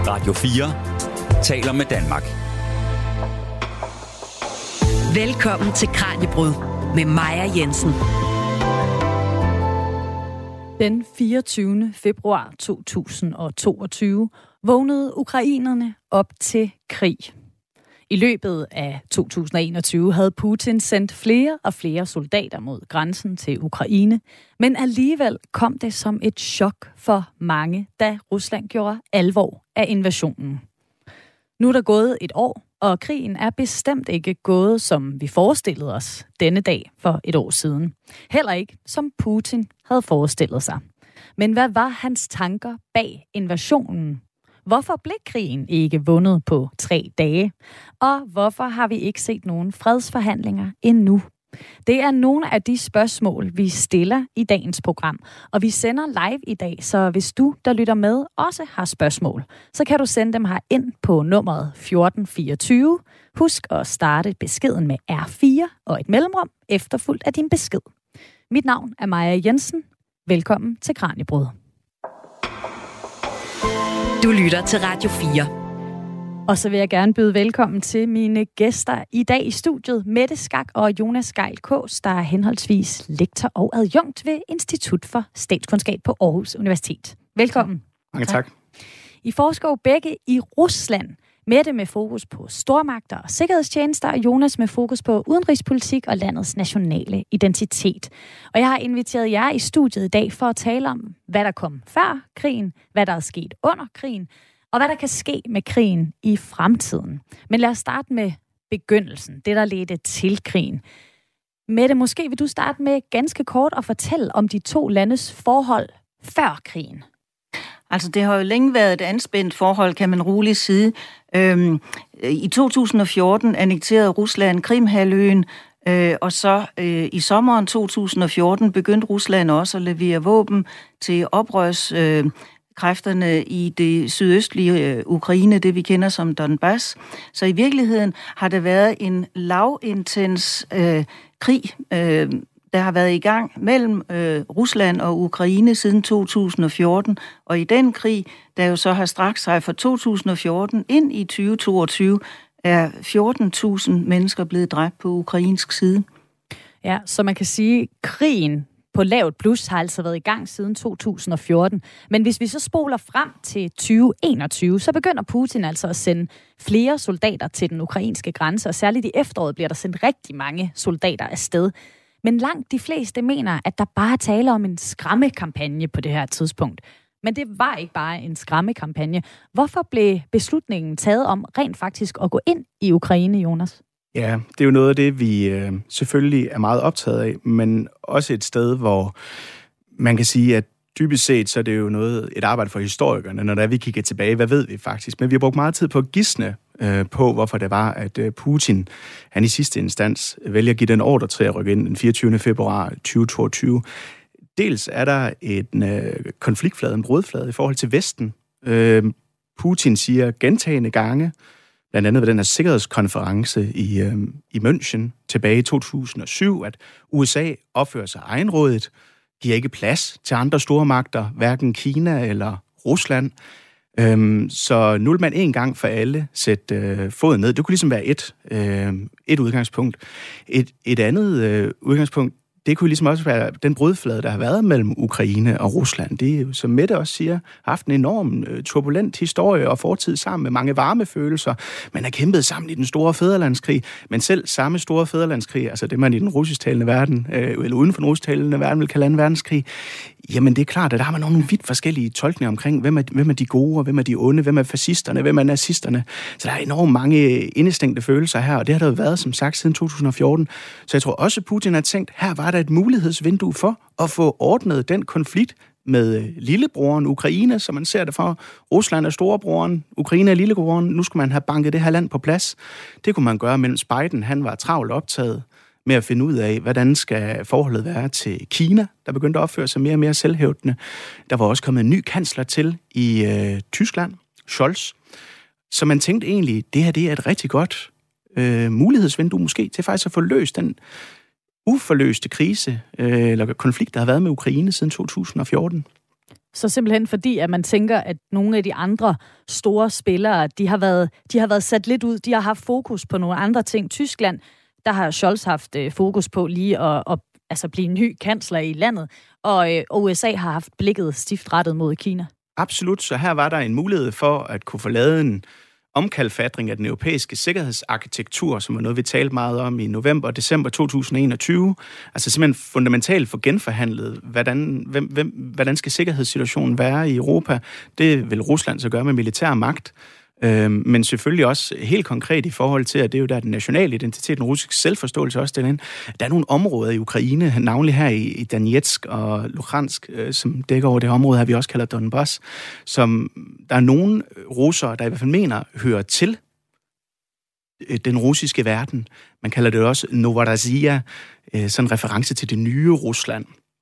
Radio 4 taler med Danmark. Velkommen til Kraniebrud med Maja Jensen. Den 24. februar 2022 vågnede ukrainerne op til krig. I løbet af 2021 havde Putin sendt flere og flere soldater mod grænsen til Ukraine, men alligevel kom det som et chok for mange, da Rusland gjorde alvor af invasionen. Nu er der gået et år, og krigen er bestemt ikke gået, som vi forestillede os denne dag for et år siden. Heller ikke, som Putin havde forestillet sig. Men hvad var hans tanker bag invasionen? Hvorfor blev krigen ikke vundet på 3 dage? Og hvorfor har vi ikke set nogen fredsforhandlinger endnu? Det er nogle af de spørgsmål, vi stiller i dagens program. Og vi sender live i dag, så hvis du, der lytter med, også har spørgsmål, så kan du sende dem her ind på nummeret 1424. Husk at starte beskeden med R4 og et mellemrum, efterfulgt af din besked. Mit navn er Maja Jensen. Velkommen til Kraniebrud. Du lytter til Radio 4. Og så vil jeg gerne byde velkommen til mine gæster i dag i studiet. Mette Skak og Jonas Gejl Kaas, der er henholdsvis lektor og adjunkt ved Institut for Statskundskab på Aarhus Universitet. Velkommen. Mange tak. I forsker begge i Rusland. Mette med fokus på stormagter og sikkerhedstjenester, og Jonas med fokus på udenrigspolitik og landets nationale identitet. Og jeg har inviteret jer i studiet i dag for at tale om, hvad der kom før krigen, hvad der er sket under krigen, og hvad der kan ske med krigen i fremtiden. Men lad os starte med begyndelsen, det der ledte til krigen. Mette, måske vil du starte med ganske kort at fortælle om de to landes forhold før krigen. Altså, det har jo længe været et anspændt forhold, kan man roligt sige. I 2014 annekterede Rusland Krimhalvøen, og så i sommeren 2014 begyndte Rusland også at levere våben til oprørskræfterne i det sydøstlige Ukraine, det vi kender som Donbass. Så i virkeligheden har det været en lavintens krig, der har været i gang mellem Rusland og Ukraine siden 2014, og i den krig, der jo så har strakt sig fra 2014 ind i 2022, er 14.000 mennesker blevet dræbt på ukrainsk side. Ja, så man kan sige, at krigen på lavt plus har altså været i gang siden 2014. Men hvis vi så spoler frem til 2021, så begynder Putin altså at sende flere soldater til den ukrainske grænse, og særligt i efteråret bliver der sendt rigtig mange soldater afsted. Men langt de fleste mener, at der bare taler om en skræmmekampagne på det her tidspunkt. Men det var ikke bare en skræmmekampagne. Hvorfor blev beslutningen taget om rent faktisk at gå ind i Ukraine, Jonas? Ja, det er jo noget af det, vi selvfølgelig er meget optaget af, men også et sted, hvor man kan sige, at dybest set, så er det jo et arbejde for historikerne, når vi kigger tilbage. Hvad ved vi faktisk? Men vi har brugt meget tid på at gisne på, hvorfor det var, at Putin, han i sidste instans vælger at give den ordre til at rykke ind den 24. februar 2022. Dels er der en konfliktflade, en brudflade i forhold til Vesten. Putin siger gentagne gange, blandt andet ved den her sikkerhedskonference i München tilbage i 2007, at USA opfører sig egenrådigt, giver ikke plads til andre stormagter, hverken Kina eller Rusland. Så nu vil man en gang for alle sætte foden ned. Det kunne ligesom være et udgangspunkt. Et andet udgangspunkt, det kunne ligesom også være den brudflade, der har været mellem Ukraine og Rusland. Det er jo, som Mette også siger, haft en enorm turbulent historie og fortid sammen med mange varme følelser. Man har kæmpet sammen i den store fædrelandskrig, men selv samme store fædrelandskrig, altså det man i den russisktalende verden, eller uden for den russisktalende verden vil kalde en verdenskrig, jamen det er klart, at der har man nogle vidt forskellige tolkninger omkring, hvem er de gode, og hvem er de onde, hvem er fascisterne, hvem er nazisterne. Så der er enormt mange indestængte følelser her, og det har der jo været, som sagt, siden 2014. Så jeg tror også, at Putin har tænkt, her var der et mulighedsvindue for at få ordnet den konflikt med lillebroren Ukraine, som man ser det for. Rusland er storebroren, Ukraine er lillebroren. Nu skal man have banket det her land på plads. Det kunne man gøre, mens Biden han var travlt optaget med at finde ud af, hvordan skal forholdet være til Kina, der begyndte at opføre sig mere og mere selvhævdende. Der var også kommet en ny kansler til i Tyskland, Scholz. Så man tænkte egentlig, det her det er et rigtig godt mulighedsvindue måske til faktisk at få løst den uforløste krise eller konflikt, der har været med Ukraine siden 2014. Så simpelthen fordi, at man tænker, at nogle af de andre store spillere, de har været sat lidt ud, de har haft fokus på nogle andre ting. Tyskland, der har Scholz haft fokus på lige at blive en ny kansler i landet, og USA har haft blikket stift rettet mod Kina. Absolut, så her var der en mulighed for at kunne få lavet en omkalfatring af den europæiske sikkerhedsarkitektur, som er noget, vi talte meget om i november og december 2021. Altså simpelthen fundamentalt for genforhandlet, hvordan skal sikkerhedssituationen være i Europa. Det vil Rusland så gøre med militær magt. Men selvfølgelig også helt konkret i forhold til, at det er jo der den nationale identitet, den russiske selvforståelse også den. Der er nogle områder i Ukraine, navnlig her i Donetsk og Luhansk, som dækker over det område her, vi også kalder Donbass, som der er nogle russere, der i hvert fald mener, hører til den russiske verden. Man kalder det også Novorossiya, sådan en reference til det nye Rusland.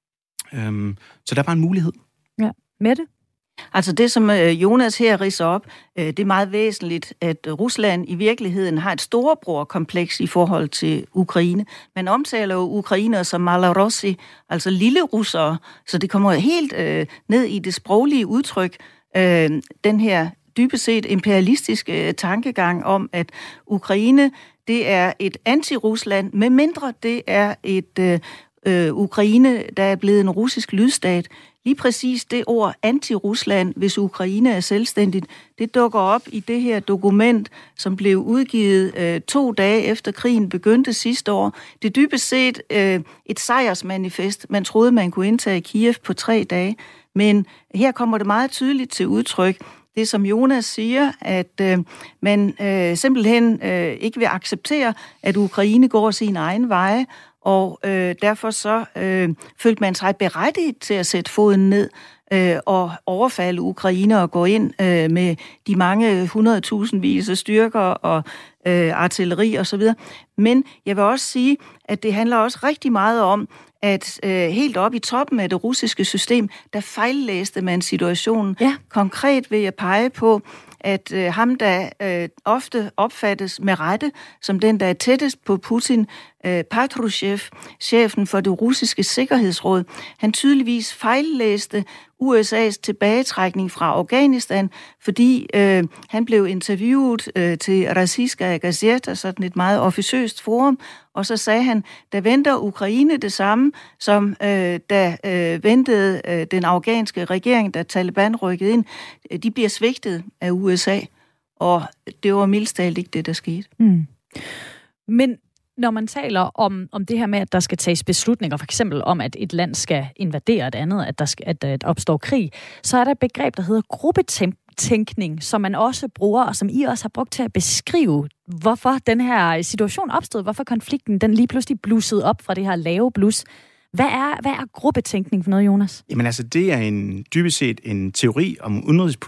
Så der var en mulighed. Ja, Mette? Altså det, som Jonas her ridser op, det er meget væsentligt, at Rusland i virkeligheden har et storebrorkompleks i forhold til Ukraine. Man omtaler jo ukrainere som Malorossi, altså lille russere, så det kommer helt ned i det sproglige udtryk, den her dybest set imperialistiske tankegang om, at Ukraine, det er et anti-Rusland, medmindre det er et Ukraine, der er blevet en russisk lydstat. Lige præcis det ord anti-Rusland, hvis Ukraine er selvstændigt, det dukker op i det her dokument, som blev udgivet 2 dage efter krigen begyndte sidste år. Det er dybest set et sejrsmanifest. Man troede, man kunne indtage Kiev på 3 dage. Men her kommer det meget tydeligt til udtryk. Det, som Jonas siger, at man simpelthen ikke vil acceptere, at Ukraine går sin egen veje, og derfor så følte man sig berettiget til at sætte foden ned og overfalde Ukraine og gå ind med de mange 100.000-vis af styrker og artilleri osv. Men jeg vil også sige, at det handler også rigtig meget om, at helt op i toppen af det russiske system, der fejllæste man situationen. Ja. Konkret vil jeg pege på, at ham, der ofte opfattes med rette som den, der er tættest på Putin, Patrushev, chefen for det russiske sikkerhedsråd, han tydeligvis fejllæste USA's tilbagetrækning fra Afghanistan, fordi han blev interviewet til Rossijskaja Gazeta, sådan et meget officiøst forum, og så sagde han, der venter Ukraine det samme, som der ventede den afghanske regering, da Taliban rykkede ind. De bliver svigtet af USA, og det var mildest talt ikke det, der skete. Mm. Men når man taler om det her med, at der skal tages beslutninger, for eksempel om, at et land skal invadere et andet, at der opstår krig, så er der et begreb, der hedder gruppetænkning, som man også bruger, og som I også har brugt til at beskrive, hvorfor den her situation opstod, hvorfor konflikten den lige pludselig blussede op fra det her lave blus. Hvad er gruppetænkning for noget, Jonas? Jamen altså, det er dybest set en teori om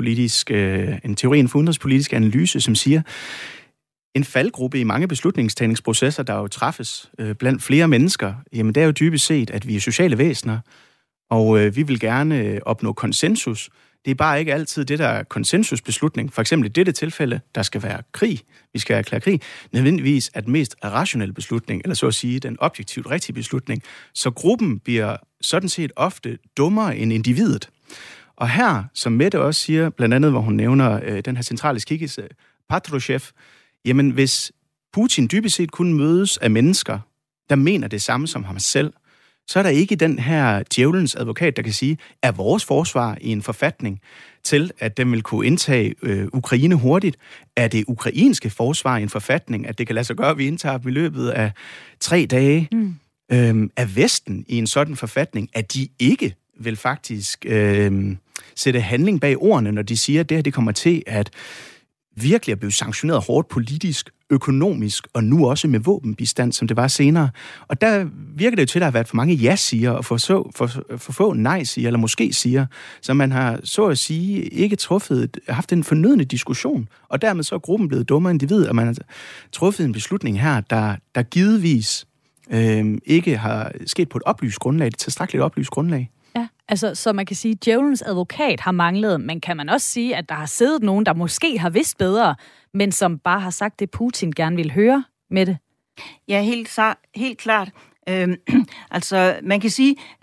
en teori inden for udenrigspolitisk analyse, som siger, en faldgruppe i mange beslutningstagningsprocesser, der jo træffes blandt flere mennesker, jamen det er jo dybest set, at vi er sociale væsener, og vi vil gerne opnå konsensus. Det er bare ikke altid det, der er konsensusbeslutning. For eksempel i dette tilfælde, der skal være krig, vi skal erklære krig, nødvendigvis er den mest rationelle beslutning, eller så at sige, den objektivt rigtige beslutning. Så gruppen bliver sådan set ofte dummere end individet. Og her, som Mette også siger, blandt andet, hvor hun nævner den her centrale skikkelse, Patrushev, jamen hvis Putin dybest set kun mødes af mennesker, der mener det samme som ham selv, så er der ikke den her djævelens advokat, der kan sige, er vores forsvar i en forfatning til, at den vil kunne indtage Ukraine hurtigt? Er det ukrainske forsvar i en forfatning, at det kan lade sig gøre, at vi indtager dem i løbet af 3 dage? Er Vesten i en sådan forfatning, at de ikke vil faktisk sætte handling bag ordene, når de siger, at det her det kommer til at virkelig at blive sanktioneret hårdt politisk, økonomisk og nu også med våbenbistand, som det var senere. Og der virker det jo til, at der har været for mange ja-siger og for få nej-siger, eller måske siger, så man har så at sige ikke haft en fornødne diskussion, og dermed så er gruppen blevet dummere individ, og man har truffet en beslutning her, der givetvis ikke har sket på et oplyst grundlag, et tilstrækkeligt oplyst grundlag. Ja, altså, så man kan sige, at djævelens advokat har manglet, men kan man også sige, at der har siddet nogen, der måske har vidst bedre, men som bare har sagt det, Putin gerne vil høre med det? Ja, helt klart. Altså, man kan sige,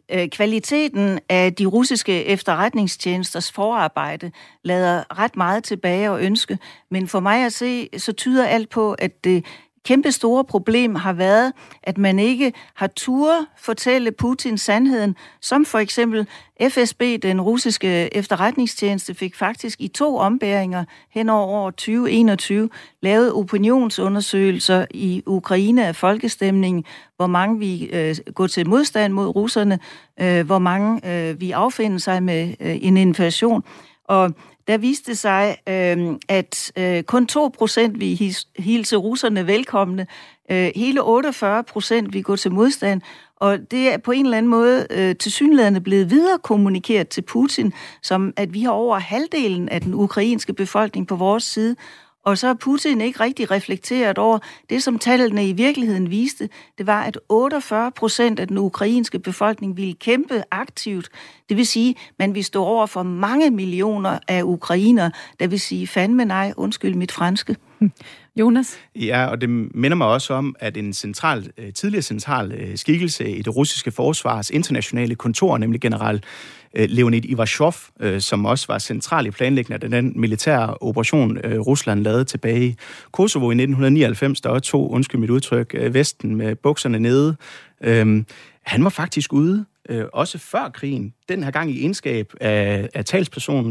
kvaliteten af de russiske efterretningstjenesters forarbejde lader ret meget tilbage at ønske, men for mig at se, så tyder alt på, at det kæmpe store problem har været, at man ikke har turde fortælle Putin sandheden, som for eksempel FSB, den russiske efterretningstjeneste, fik faktisk i 2 ombæringer hen over 2021 lavet opinionsundersøgelser i Ukraine af folkestemningen, hvor mange vi går til modstand mod russerne, hvor mange vi affinder sig med en invasion. Og der viste det sig, at kun 2% vi hilse russerne velkomne, hele 48% vi går til modstand, og det er på en eller anden måde tilsyneladende blevet videre kommunikeret til Putin, som at vi har over halvdelen af den ukrainske befolkning på vores side, og så har Putin ikke rigtig reflekteret over det, som tallene i virkeligheden viste. Det var, at 48% af den ukrainske befolkning ville kæmpe aktivt. Det vil sige, at man vil stå over for mange millioner af ukrainere. Det vil sige, fandme nej, undskyld mit franske. Jonas? Ja, og det minder mig også om, at en tidligere central skikkelse i det russiske forsvars internationale kontor, nemlig general Leonid Ivashov, som også var central i planlægningen af den militære operation, Rusland lavede tilbage i Kosovo i 1999, der også tog, undskyld mit udtryk, Vesten med bukserne nede. Han var faktisk ude, også før krigen, den her gang i egenskab af talspersonen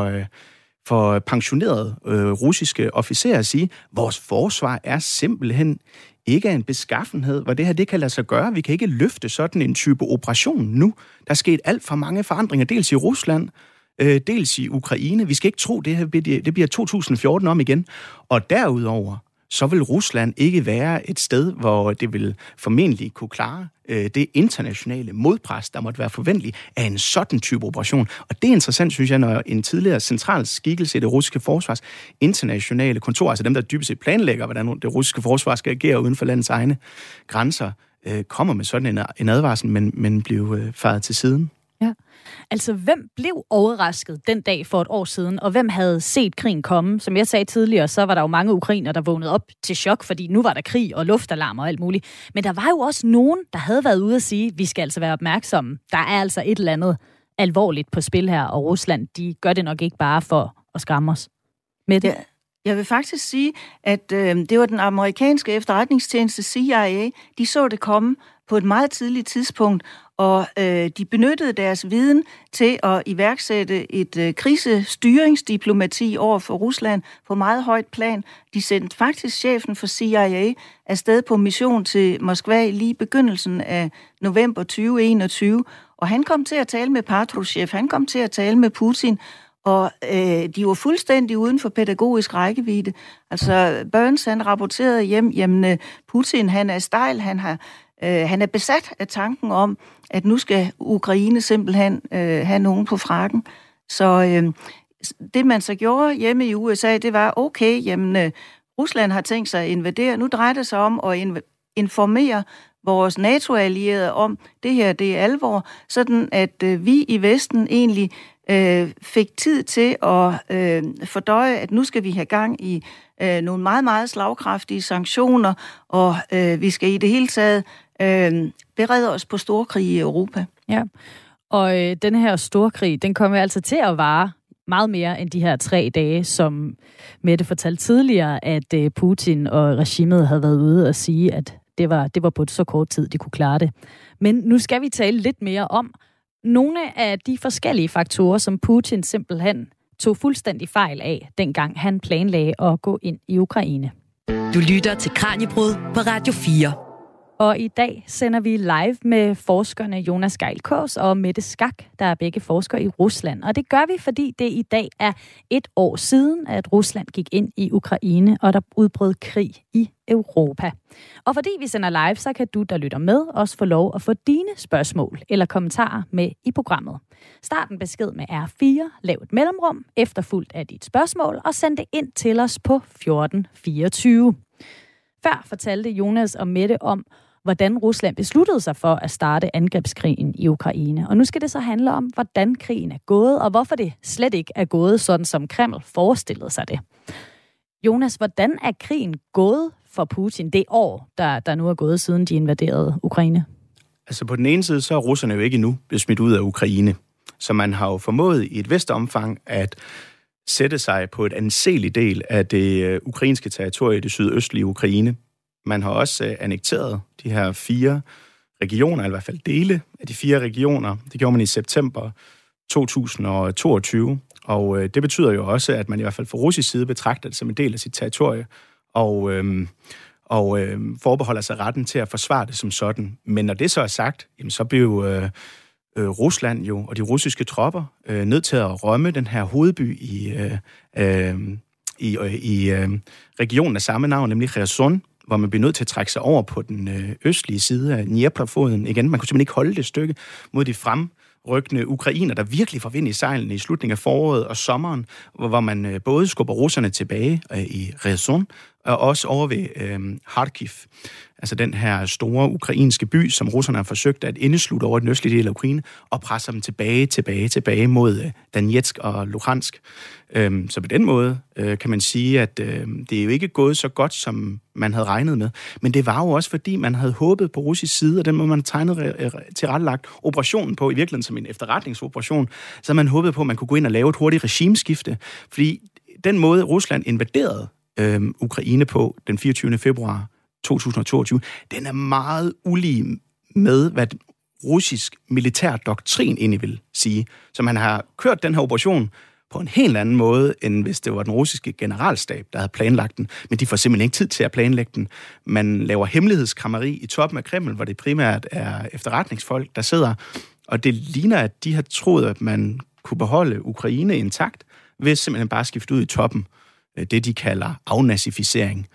for pensionerede russiske officerer at sige, vores forsvar er simpelthen ikke af en beskaffenhed, hvor det her det kan lade sig gøre. Vi kan ikke løfte sådan en type operation nu. Der er sket alt for mange forandringer, dels i Rusland, dels i Ukraine. Vi skal ikke tro, det bliver 2014 om igen. Og derudover, så vil Rusland ikke være et sted, hvor det vil formentlig kunne klare det internationale modpres, der måtte være forventeligt af en sådan type operation. Og det er interessant, synes jeg, når en tidligere central skikkelse i det russiske forsvars internationale kontor, altså dem, der dybest set planlægger, hvordan det russiske forsvar skal agere uden for landets egne grænser, kommer med sådan en advarsel, men bliver faret til siden. Ja. Altså, hvem blev overrasket den dag for et år siden, og hvem havde set krigen komme? Som jeg sagde tidligere, så var der jo mange ukrainere, der vågnede op til chok, fordi nu var der krig og luftalarm og alt muligt. Men der var jo også nogen, der havde været ude at sige, vi skal altså være opmærksomme. Der er altså et eller andet alvorligt på spil her, og Rusland, de gør det nok ikke bare for at skræmme os med det. Ja. Jeg vil faktisk sige, at det var den amerikanske efterretningstjeneste CIA, de så det komme på et meget tidligt tidspunkt, og de benyttede deres viden til at iværksætte et krisestyringsdiplomati over for Rusland på meget højt plan. De sendte faktisk chefen for CIA afsted på mission til Moskva lige i begyndelsen af november 2021, og han kom til at tale med Patrushev, han kom til at tale med Putin, og de var fuldstændig uden for pædagogisk rækkevidde. Altså Burns, han rapporterede hjem, jamen Putin, han er stejl, han er besat af tanken om, at nu skal Ukraine simpelthen have nogen på frakken. Så det, man så gjorde hjemme i USA, det var, okay, jamen Rusland har tænkt sig at invadere. Nu drejer det sig om at informere vores NATO-allierede om, det her, det er alvor, sådan at vi i Vesten egentlig fik tid til at fordøje, at nu skal vi have gang i nogle meget, meget slagkraftige sanktioner, og vi skal i det hele taget berede os på storkrig i Europa. Ja, og den her storkrig, den kommer altså til at vare meget mere end de her 3 dage, som Mette fortalte tidligere, at Putin og regimet havde været ude og sige, at det var på så kort tid, de kunne klare det. Men nu skal vi tale lidt mere om nogle af de forskellige faktorer, som Putin simpelthen tog fuldstændig fejl af, dengang han planlagde at gå ind i Ukraine. Du lytter til Kraniebrud på Radio 4. Og i dag sender vi live med forskerne Jonas Geil-Kaas og Mette Skak, der er begge forskere i Rusland. Og det gør vi, fordi det i dag er 1 år siden, at Rusland gik ind i Ukraine, og der udbrød krig i Europa. Og fordi vi sender live, så kan du, der lytter med, også få lov at få dine spørgsmål eller kommentarer med i programmet. Start en besked med R4, lav et mellemrum, efterfulgt af dit spørgsmål, og send det ind til os på 1424. Før fortalte Jonas og Mette om, hvordan Rusland besluttede sig for at starte angrebskrigen i Ukraine. Og nu skal det så handle om, hvordan krigen er gået, og hvorfor det slet ikke er gået sådan, som Kreml forestillede sig det. Jonas, hvordan er krigen gået for Putin det år, der nu er gået, siden de invaderede Ukraine? Altså på den ene side, så er russerne jo ikke endnu blevet smidt ud af Ukraine. Så man har jo formået i et vist omfang at sætte sig på et anseligt del af det ukrainske territorie i det sydøstlige Ukraine. Man har også annekteret de her 4 regioner, eller i hvert fald dele af de 4 regioner. Det gjorde man i september 2022. Og det betyder jo også, at man i hvert fald fra russisk side betragter det som en del af sit territorie, og forbeholder sig retten til at forsvare det som sådan. Men når det så er sagt, jamen, så blev Rusland jo og de russiske tropper nødt til at rømme den her hovedby i regionen af samme navn, nemlig Kherson, hvor man blev nødt til at trække sig over på den østlige side af Dnepr-floden igen. Man kunne simpelthen ikke holde det stykke mod de fremrykkende ukrainer, der virkelig får vind i sejlene i slutningen af foråret og sommeren, hvor man både skubber russerne tilbage i Kherson, og også over ved Kharkiv, altså den her store ukrainske by, som russerne har forsøgt at indeslutte over den østlige del af Ukraine, og presser dem tilbage mod Donetsk og Luhansk. Så på den måde kan man sige, at det er jo ikke gået så godt, som man havde regnet med. Men det var jo også, fordi man havde håbet på russisk side, og den måde, man tegnede tilrettelagt operationen på, i virkeligheden som en efterretningsoperation, så havde man håbet på, at man kunne gå ind og lave et hurtigt regimeskifte. Fordi den måde, Rusland invaderede Ukraine på den 24. februar 2022, den er meget ulig med, hvad russisk militær doktrin egentlig vil sige. Så man har kørt den her operation på en helt anden måde, end hvis det var den russiske generalstab, der havde planlagt den. Men de får simpelthen ikke tid til at planlægge den. Man laver hemmelighedskrammeri i toppen af Kreml, hvor det primært er efterretningsfolk, der sidder. Og det ligner, at de har troet, at man kunne beholde Ukraine intakt, ved simpelthen bare skifte ud i toppen. Det, de kalder afnazificering.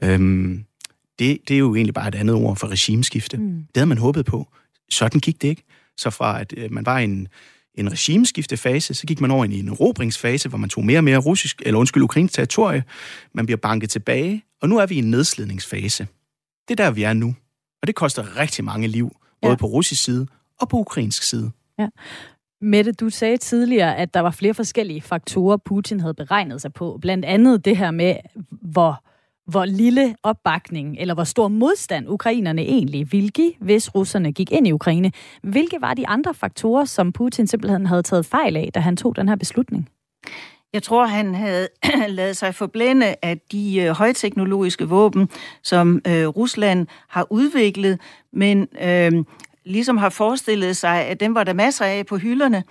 Det er jo egentlig bare et andet ord for regimeskifte. Det havde man håbet på. Sådan gik det ikke. Så fra at man var i en regimeskiftefase, så gik man over i en erobringsfase, hvor man tog mere og mere ukrainsk territorie. Man bliver banket tilbage, og nu er vi i en nedslidningsfase. Det er der, vi er nu. Og det koster rigtig mange liv, både på russisk side og på ukrainsk side. Ja. Mette, du sagde tidligere, at der var flere forskellige faktorer, Putin havde beregnet sig på. Blandt andet det her med, hvor lille opbakning, eller hvor stor modstand ukrainerne egentlig ville give, hvis russerne gik ind i Ukraine. Hvilke var de andre faktorer, som Putin simpelthen havde taget fejl af, da han tog den her beslutning? Jeg tror, han havde ladet sig forblænde af de højteknologiske våben, som Rusland har udviklet, men ligesom har forestillet sig, at dem var der masser af på hylderne.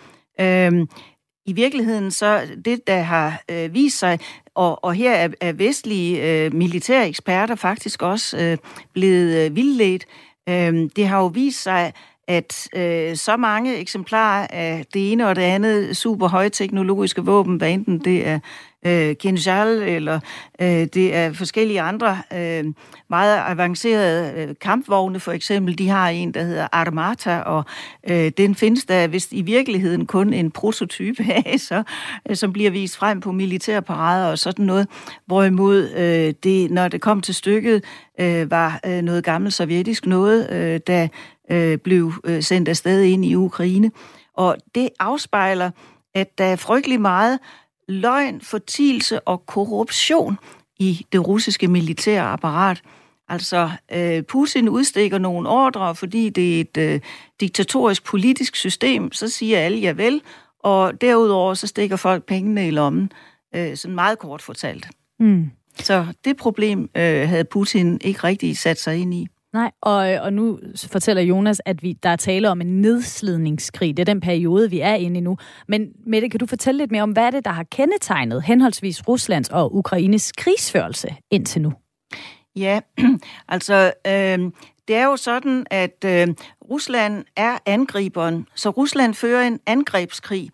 I virkeligheden så det, der har vist sig, og her er vestlige militære eksperter faktisk også blevet vildledt, det har jo vist sig, at så mange eksemplarer af det ene og det andet super højteknologiske våben, hvad enten det er Kinjal eller det er forskellige andre meget avancerede kampvogne for eksempel. De har en, der hedder Armata, og den findes der vist i virkeligheden kun en prototype af, som bliver vist frem på militærparader og sådan noget. Hvorimod det, når det kom til stykket, var noget gammelt sovjetisk noget, der blev sendt afsted ind i Ukraine. Og det afspejler, at der er frygtelig meget løgn, fortielse og korruption i det russiske militære apparat. Altså, Putin udstikker nogle ordre, fordi det er et diktatorisk politisk system, så siger alle ja vel, og derudover så stikker folk pengene i lommen, sådan meget kort fortalt. Så det problem havde Putin ikke rigtig sat sig ind i. Nej, og nu fortæller Jonas, at der er tale om en nedslidningskrig. Det er den periode, vi er inde i nu. Men Mette, kan du fortælle lidt mere om, hvad er det, der har kendetegnet henholdsvis Ruslands og Ukraines krigsførelse indtil nu? Ja, altså det er jo sådan, at Rusland er angriberen, så Rusland fører en angrebskrig.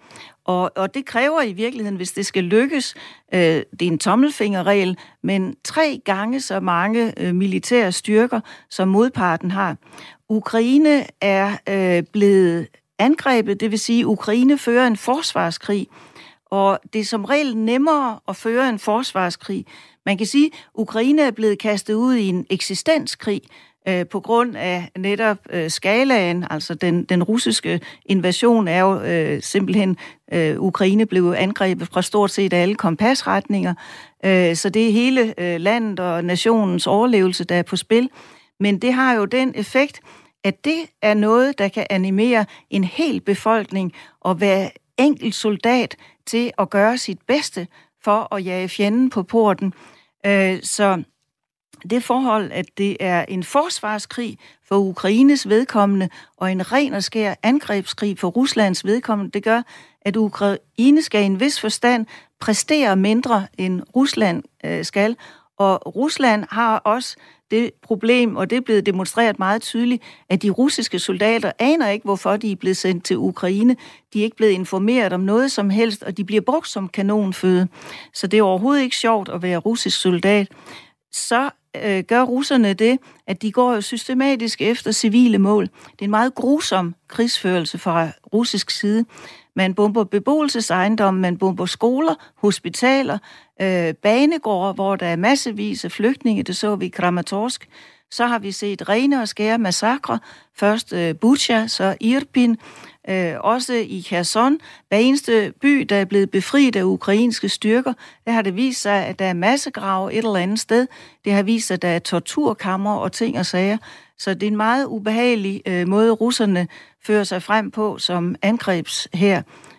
Og det kræver i virkeligheden, hvis det skal lykkes, det er en tommelfingerregel, men 3 gange så mange militære styrker, som modparten har. Ukraine er blevet angrebet, det vil sige, at Ukraine fører en forsvarskrig, og det er som regel nemmere at føre en forsvarskrig. Man kan sige, at Ukraine er blevet kastet ud i en eksistenskrig, på grund af netop skalaen, altså den russiske invasion er jo simpelthen, Ukraine blev angrebet fra stort set alle kompasretninger, så det er hele landet og nationens overlevelse, der er på spil. Men det har jo den effekt, at det er noget, der kan animere en hel befolkning og hver enkelt soldat til at gøre sit bedste for at jage fjenden på porten. Så det forhold, at det er en forsvarskrig for Ukraines vedkommende og en ren og skær angrebskrig for Ruslands vedkommende, det gør, at Ukraine skal i en vis forstand præstere mindre, end Rusland skal. Og Rusland har også det problem, og det er blevet demonstreret meget tydeligt, at de russiske soldater aner ikke, hvorfor de er blevet sendt til Ukraine. De er ikke blevet informeret om noget som helst, og de bliver brugt som kanonføde. Så det er overhovedet ikke sjovt at være russisk soldat. Så gør russerne det, at de går jo systematisk efter civile mål. Det er en meget grusom krigsførelse fra russisk side. Man bomber beboelsesejendomme, man bomber skoler, hospitaler, banegårde, hvor der er massevis af flygtninge, det så vi i Kramatorsk. Så har vi set rene og skære massakre. Først Bucha, så Irpin, også i Kherson. Hver eneste by, der er blevet befriet af ukrainske styrker, der har det vist sig, at der er massegrave et eller andet sted. Det har vist sig, at der er torturkammer og ting og sager. Så det er en meget ubehagelig måde, russerne fører sig frem på som angrebshær.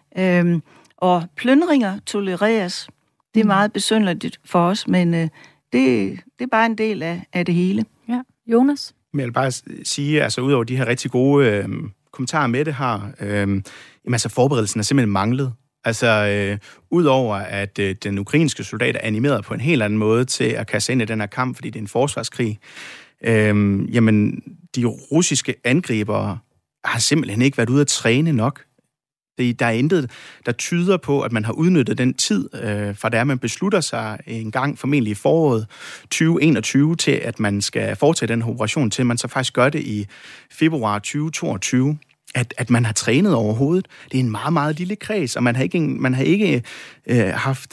Og plyndringer tolereres. Det er meget besynderligt for os, men det er bare en del af det hele. Ja, Jonas? Men jeg vil bare sige, altså udover de her rigtig gode kommentarer med det her, altså forberedelsen er simpelthen manglet. Altså udover at den ukrainske soldat er animeret på en helt anden måde til at kaste ind i den her kamp, fordi det er en forsvarskrig, jamen de russiske angribere har simpelthen ikke været ude at træne nok. Der er intet, der tyder på, at man har udnyttet den tid, fra da man beslutter sig en gang, formentlig i foråret 2021, til at man skal foretage den her operation, til man så faktisk gør det i februar 2022. At man har trænet overhovedet. Det er en meget, meget lille kreds, og man har ikke haft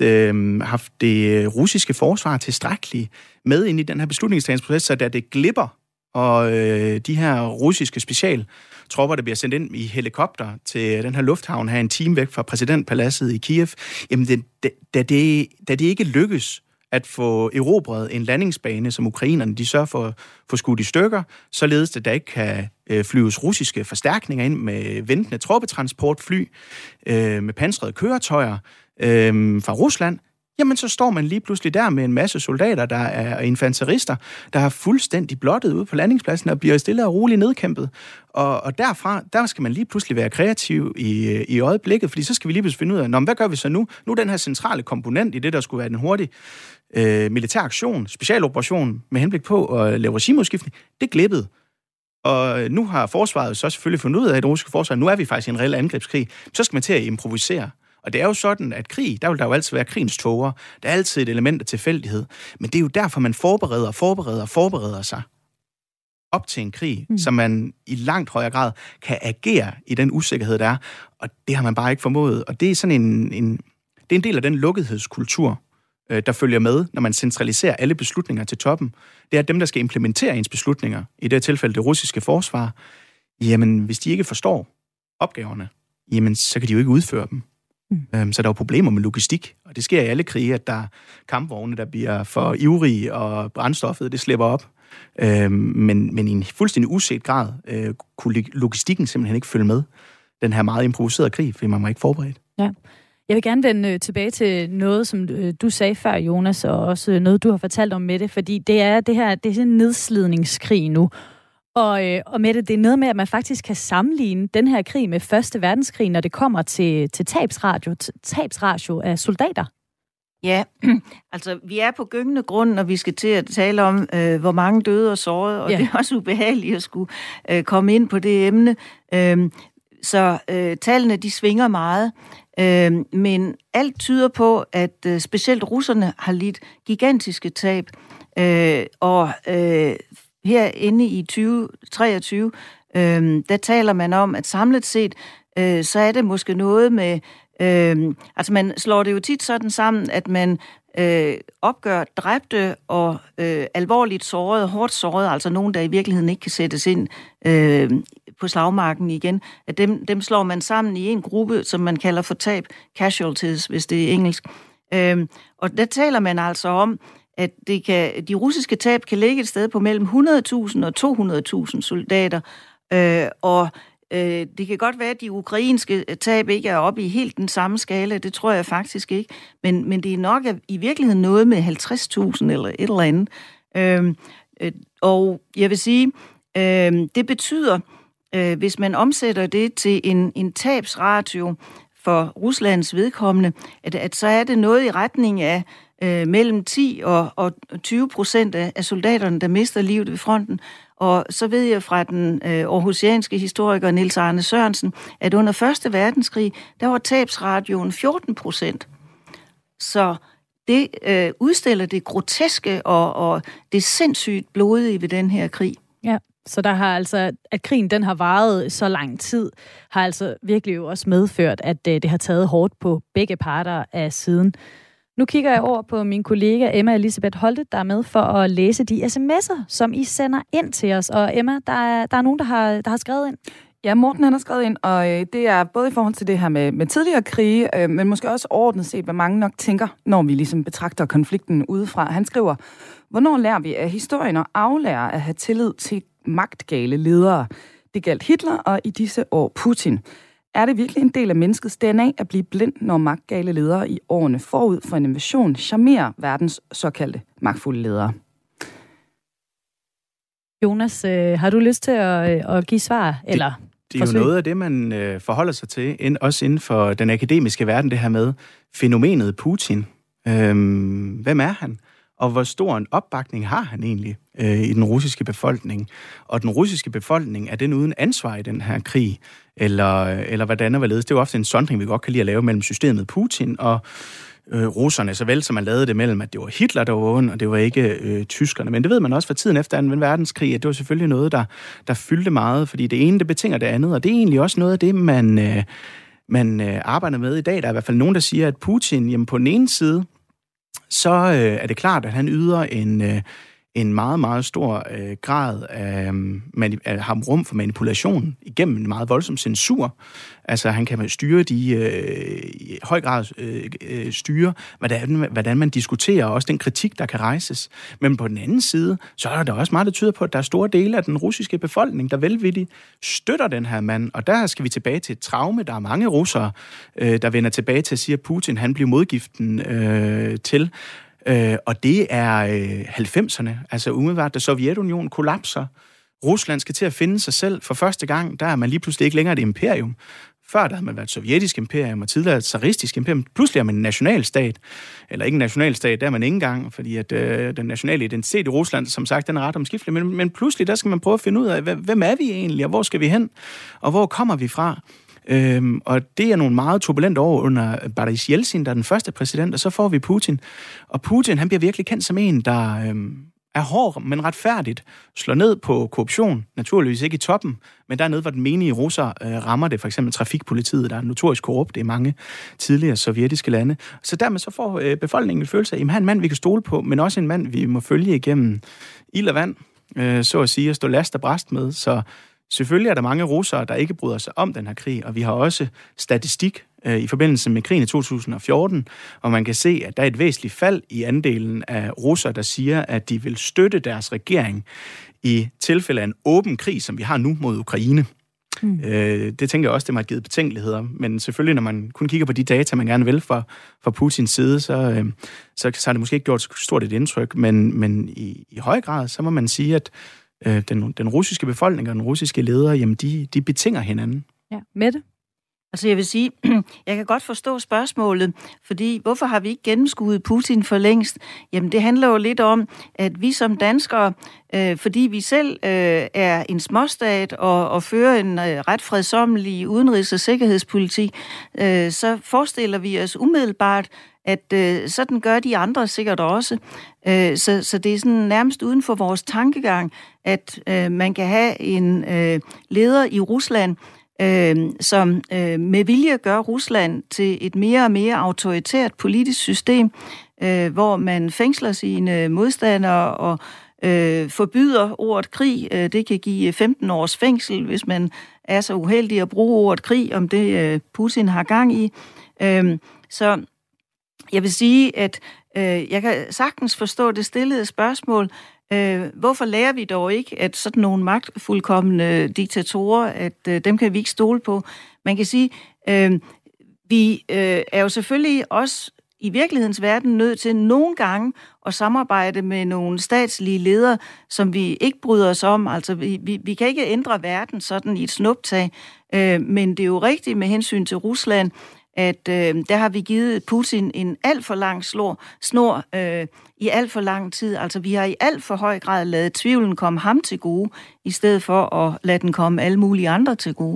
det russiske forsvar tilstrækkeligt med ind i den her beslutningstagningsproces, så da det glipper, og de her russiske specialtropper, der bliver sendt ind i helikopter til den her lufthavn her en time væk fra præsidentpaladset i Kiev, jamen da det ikke lykkes at få erobret en landingsbane, som ukrainerne de sørger for at få skudt i stykker, således at der ikke kan flyves russiske forstærkninger ind med ventende troppetransportfly, med pansrede køretøjer fra Rusland, jamen så står man lige pludselig der med en masse soldater, der er infanterister, der er fuldstændig blottet ude på landingspladsen og bliver stille og roligt nedkæmpet. Og derfra, der skal man lige pludselig være kreativ i øjeblikket, fordi så skal vi lige pludselig finde ud af, hvad gør vi så nu? Nu er den her centrale komponent i det, der skulle være den hurtige militær aktion, specialoperation med henblik på at lave regimeudskiftning, det glippede. Og nu har forsvaret så selvfølgelig fundet ud af det russiske forsvar, nu er vi faktisk i en reel angrebskrig, så skal man til at improvisere. Og det er jo sådan, at krig, der vil der jo altid være krigens tåger. Der er altid et element af tilfældighed. Men det er jo derfor, man forbereder sig op til en krig, så man i langt højere grad kan agere i den usikkerhed, der er. Og det har man bare ikke formået. Og det er sådan det er en del af den lukkethedskultur, der følger med, når man centraliserer alle beslutninger til toppen. Det er dem, der skal implementere ens beslutninger, i det her tilfælde det russiske forsvar. Jamen, hvis de ikke forstår opgaverne, jamen, så kan de jo ikke udføre dem. Så der er jo problemer med logistik, og det sker i alle krige, at der er kampvogne, der bliver for ivrige, og brændstoffet, det slipper op. Men i en fuldstændig uset grad kunne logistikken simpelthen ikke følge med den her meget improviserede krig, fordi man var ikke forberedt. Ja. Jeg vil gerne vende tilbage til noget, som du sagde før, Jonas, og også noget, du har fortalt om Mette, fordi det er en nedslidningskrig nu. Og Mette, det er noget med, at man faktisk kan sammenligne den her krig med 1. verdenskrig, når det kommer til tabsratio af soldater. Ja, altså vi er på gyngende grund, når vi skal til at tale om, hvor mange døde og sårede, og det er også ubehageligt at skulle komme ind på det emne. Så tallene, de svinger meget, men alt tyder på, at specielt russerne har lidt gigantiske tab, og herinde i 2023, der taler man om, at samlet set, så er det måske noget med, altså man slår det jo tit sådan sammen, at man opgør dræbte og alvorligt sårede, hårdt sårede, altså nogen, der i virkeligheden ikke kan sættes ind på slagmarken igen, at dem slår man sammen i en gruppe, som man kalder for tab, casualties, hvis det er engelsk. Og der taler man altså om, at de russiske tab kan ligge et sted på mellem 100.000 og 200.000 soldater, Det kan godt være, at de ukrainske tab ikke er oppe i helt den samme skala. Det tror jeg faktisk ikke. Men det er nok i virkeligheden noget med 50.000 eller et eller andet. Og jeg vil sige, det betyder, hvis man omsætter det til en tabsratio for Ruslands vedkommende, at så er det noget i retning af mellem 10 og 20% af soldaterne, der mister livet ved fronten. Og så ved jeg fra den aarhusianske historiker Niels Arne Sørensen, at under 1. verdenskrig, der var tabsratioen 14%. Så det udstiller det groteske og det sindssygt blodige ved den her krig. Ja, så der har altså, at krigen den har varet så lang tid, har altså virkelig jo også medført, at det har taget hårdt på begge parter af siden. Nu kigger jeg over på min kollega Emma Elisabeth Holte, der er med for at læse de sms'er, som I sender ind til os. Og Emma, der er nogen, der har skrevet ind. Ja, Morten han har skrevet ind, og det er både i forhold til det her med tidligere krige, men måske også overordnet set, hvad mange nok tænker, når vi ligesom betragter konflikten udefra. Han skriver, hvornår lærer vi af historien og aflærer at have tillid til magtgale ledere? Det galt Hitler og i disse år Putin. Er det virkelig en del af menneskets DNA at blive blind, når magtgale ledere i årene forud for en invasion charmerer verdens såkaldte magtfulde ledere? Jonas, har du lyst til at give svar? Eller det er jo noget af det, man forholder sig til, også inden for den akademiske verden, det her med fænomenet Putin. Hvem er han? Og hvor stor en opbakning har han egentlig i den russiske befolkning? Og den russiske befolkning, er den uden ansvar i den her krig? Eller hvordan og hvorledes? Det er jo ofte en sondring, vi godt kan lide at lave mellem systemet Putin og russerne, såvel som man lavede det mellem, at det var Hitler, der var ond, og det var ikke tyskerne. Men det ved man også fra tiden efter 2. verdenskrig, at det var selvfølgelig noget, der fyldte meget, fordi det ene, det betinger det andet, og det er egentlig også noget af det, man arbejder med i dag. Der er i hvert fald nogen, der siger, at Putin, jamen på den ene side, så er det klart, at han yder en meget, meget stor grad af har rum for manipulation igennem en meget voldsom censur. Altså, han kan styre i høj grad styre, hvordan man diskuterer, og også den kritik, der kan rejses. Men på den anden side, så er der også meget, der tyder på, at der er store dele af den russiske befolkning, der velvilligt støtter den her mand. Og der skal vi tilbage til et traume. Der er mange russere, der vender tilbage til at sige, at Putin, han bliver modgiften til. Og det er 90'erne, altså umiddelbart, da Sovjetunionen kollapser. Rusland skal til at finde sig selv for første gang. Der er man lige pludselig ikke længere et imperium. Før der havde man været et sovjetisk imperium, og tidligere et zaristisk imperium. Pludselig er man en nationalstat. Eller ikke en nationalstat, der er man ikke engang, fordi at den nationale identitet i Rusland, som sagt, den er ret omskiftelig. Men pludselig, der skal man prøve at finde ud af, hvem er vi egentlig, og hvor skal vi hen, og hvor kommer vi fra? Og det er nogle meget turbulente år under Boris Jeltsin, der er den første præsident, og så får vi Putin. Og Putin, han bliver virkelig kendt som en, der er hård, men retfærdigt, slår ned på korruption, naturligvis ikke i toppen, men dernede, hvor den menige russer rammer det, for eksempel trafikpolitiet, der er notorisk korrupt i mange tidligere sovjetiske lande. Så dermed så får befolkningen en følelse af, at han er en mand, vi kan stole på, men også en mand, vi må følge igennem ild og vand, så at sige, at stå last og brast med. Så selvfølgelig er der mange russere, der ikke bryder sig om den her krig, og vi har også statistik i forbindelse med krigen i 2014, og man kan se, at der er et væsentligt fald i andelen af russere, der siger, at de vil støtte deres regering i tilfælde af en åben krig, som vi har nu mod Ukraine. Det tænker jeg også, det må have givet betænkeligheder, men selvfølgelig, når man kun kigger på de data, man gerne vil fra Putins side, så har det måske ikke gjort stort et indtryk, men i høj grad, så må man sige, at den russiske befolkning og den russiske leder, jamen de betinger hinanden. Ja, Mette? Altså jeg vil sige, jeg kan godt forstå spørgsmålet, fordi hvorfor har vi ikke gennemskuet Putin for længst? Jamen det handler jo lidt om, at vi som danskere, fordi vi selv er en småstat og fører en ret fredsommelig udenrigs- og sikkerhedspolitik, så forestiller vi os umiddelbart, at sådan gør de andre sikkert også. Så det er sådan nærmest uden for vores tankegang, at man kan have en leder i Rusland, som med vilje gør Rusland til et mere og mere autoritært politisk system, hvor man fængsler sine modstandere og forbyder ordet krig. Det kan give 15 års fængsel, hvis man er så uheldig at bruge ordet krig, om det Putin har gang i. Så jeg vil sige, at jeg kan sagtens forstå det stillede spørgsmål, Hvorfor lærer vi dog ikke, at sådan nogle magtfuldkomne diktatorer, at dem kan vi ikke stole på? Man kan sige, vi er jo selvfølgelig også i virkelighedens verden nødt til nogle gange at samarbejde med nogle statslige ledere, som vi ikke bryder os om. Altså, vi kan ikke ændre verden sådan i et snuptag, men det er jo rigtigt med hensyn til Rusland, at der har vi givet Putin en alt for lang snor i alt for lang tid. Altså, vi har i alt for høj grad ladet tvivlen komme ham til gode, i stedet for at lade den komme alle mulige andre til gode.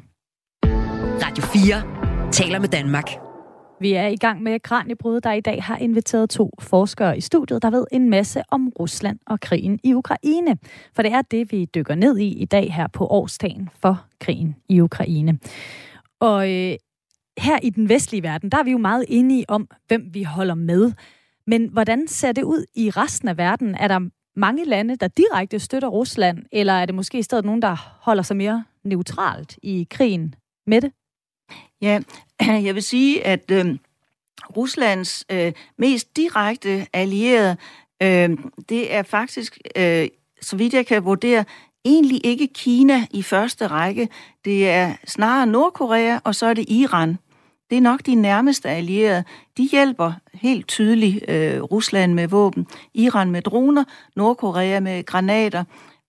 Radio 4 taler med Danmark. Vi er i gang med Kraniebrud, der i dag har inviteret 2 forskere i studiet, der ved en masse om Rusland og krigen i Ukraine. For det er det, vi dykker ned i dag her på årsdagen for krigen i Ukraine. Og her i den vestlige verden, der er vi jo meget enige om, hvem vi holder med. Men hvordan ser det ud i resten af verden? Er der mange lande, der direkte støtter Rusland, eller er det måske i stedet nogen, der holder sig mere neutralt i krigen med det? Ja, jeg vil sige, at Ruslands mest direkte allierede, det er faktisk, så vidt jeg kan vurdere, egentlig ikke Kina i første række. Det er snarere Nordkorea, og så er det Iran. Det er nok de nærmeste allierede. De hjælper helt tydeligt Rusland med våben. Iran med droner, Nordkorea med granater.